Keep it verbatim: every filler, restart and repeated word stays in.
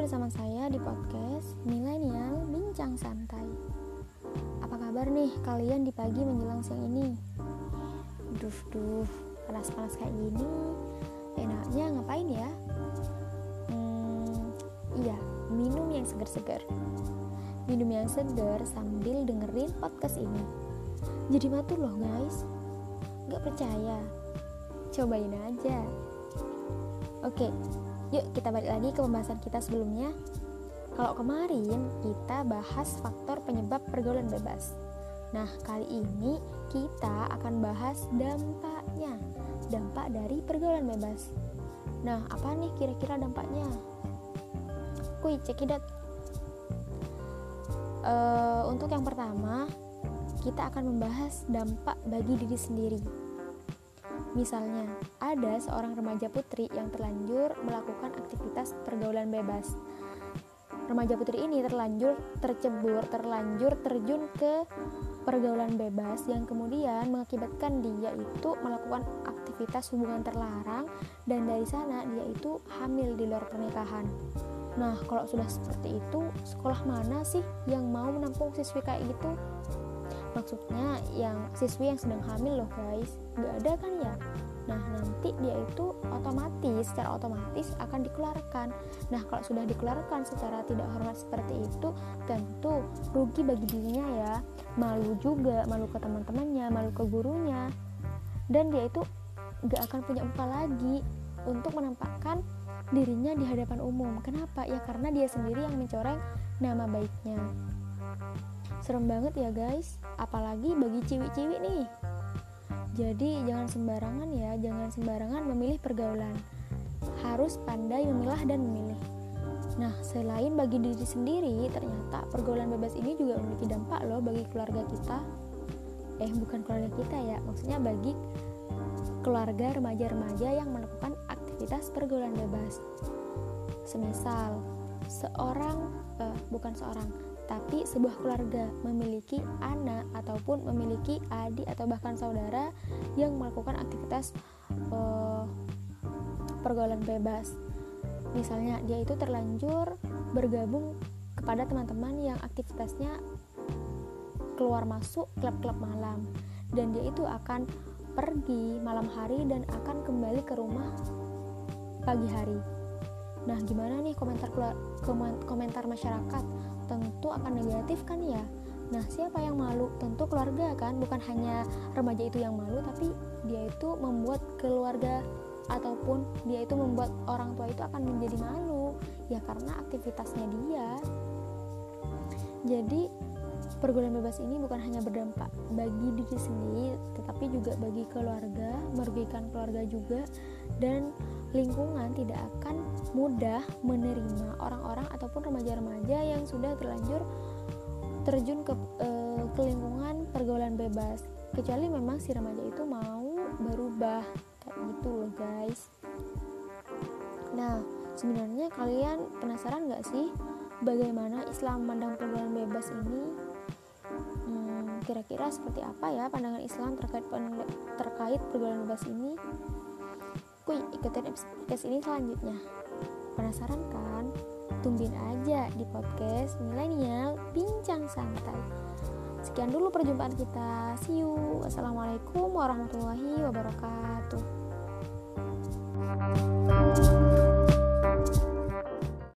bersama saya di podcast Milenial Bincang Santai. Apa kabar nih kalian di pagi menjelang siang ini? Duh, duh, panas-panas kayak gini, enaknya ngapain ya? Hmm, iya, minum yang segar-segar. Minum yang segar sambil dengerin podcast ini. Jadi matur loh guys. Gak percaya? Cobain aja. Oke, yuk kita balik lagi ke pembahasan kita sebelumnya. Kalau kemarin kita bahas faktor penyebab pergaulan bebas. Nah, kali ini kita akan bahas dampaknya. Dampak dari pergaulan bebas. Nah, apa nih kira-kira dampaknya? Kuy, cekidot. Uh, untuk yang pertama, kita akan membahas dampak bagi diri sendiri. Misalnya, ada seorang remaja putri yang terlanjur melakukan aktivitas pergaulan bebas. Remaja putri ini terlanjur tercebur, terlanjur terjun ke pergaulan bebas yang kemudian mengakibatkan dia itu melakukan aktivitas hubungan terlarang dan dari sana dia itu hamil di luar pernikahan. Nah, kalau sudah seperti itu, sekolah mana sih yang mau menampung siswi kayak gitu? Maksudnya yang siswi yang sedang hamil loh guys, gak ada kan ya? Nah, nanti dia itu otomatis, secara otomatis akan dikeluarkan. Nah, kalau sudah dikeluarkan secara tidak hormat seperti itu, tentu rugi bagi dirinya ya. Malu juga, malu ke teman-temannya, malu ke gurunya. Dan dia itu gak akan punya muka lagi untuk menampakkan dirinya di hadapan umum. Kenapa? Ya karena dia sendiri yang mencoreng nama baiknya. Serem banget ya guys, apalagi bagi ciwi-ciwi nih. Jadi jangan sembarangan ya, jangan sembarangan memilih pergaulan. Harus pandai memilah dan memilih. Nah, selain bagi diri sendiri, ternyata pergaulan bebas ini juga memiliki dampak loh bagi keluarga kita. Eh, bukan keluarga kita ya, maksudnya bagi keluarga remaja-remaja yang melakukan aktivitas pergaulan bebas. Semisal seorang, eh, bukan seorang, tapi sebuah keluarga memiliki anak ataupun memiliki adik atau bahkan saudara yang melakukan aktivitas uh, pergaulan bebas. Misalnya dia itu terlanjur bergabung kepada teman-teman yang aktivitasnya keluar masuk klub-klub malam, dan dia itu akan pergi malam hari dan akan kembali ke rumah pagi hari. Nah, gimana nih komentar komentar masyarakat? Tentu akan negatif kan ya. Nah, siapa yang malu? Tentu keluarga kan, bukan hanya remaja itu yang malu, tapi dia itu membuat keluarga ataupun dia itu membuat orang tua itu akan menjadi malu ya karena aktivitasnya dia. Jadi pergaulan bebas ini bukan hanya berdampak bagi diri sendiri, tetapi juga bagi keluarga, merugikan keluarga juga, dan lingkungan tidak akan mudah menerima orang-orang ataupun remaja-remaja yang sudah terlanjur terjun ke, e, ke lingkungan pergaulan bebas, kecuali memang si remaja itu mau berubah kayak gitu loh guys. Nah, sebenarnya kalian penasaran gak sih bagaimana Islam memandang pergaulan bebas ini? Hmm, kira-kira seperti apa ya pandangan Islam terkait terkait pergaulan bebas ini? Kuy, ikutin podcast ini selanjutnya. Penasaran kan? Tungguin aja di podcast Milenial Bincang Santai. Sekian dulu perjumpaan kita. See you. Wassalamualaikum warahmatullahi wabarakatuh.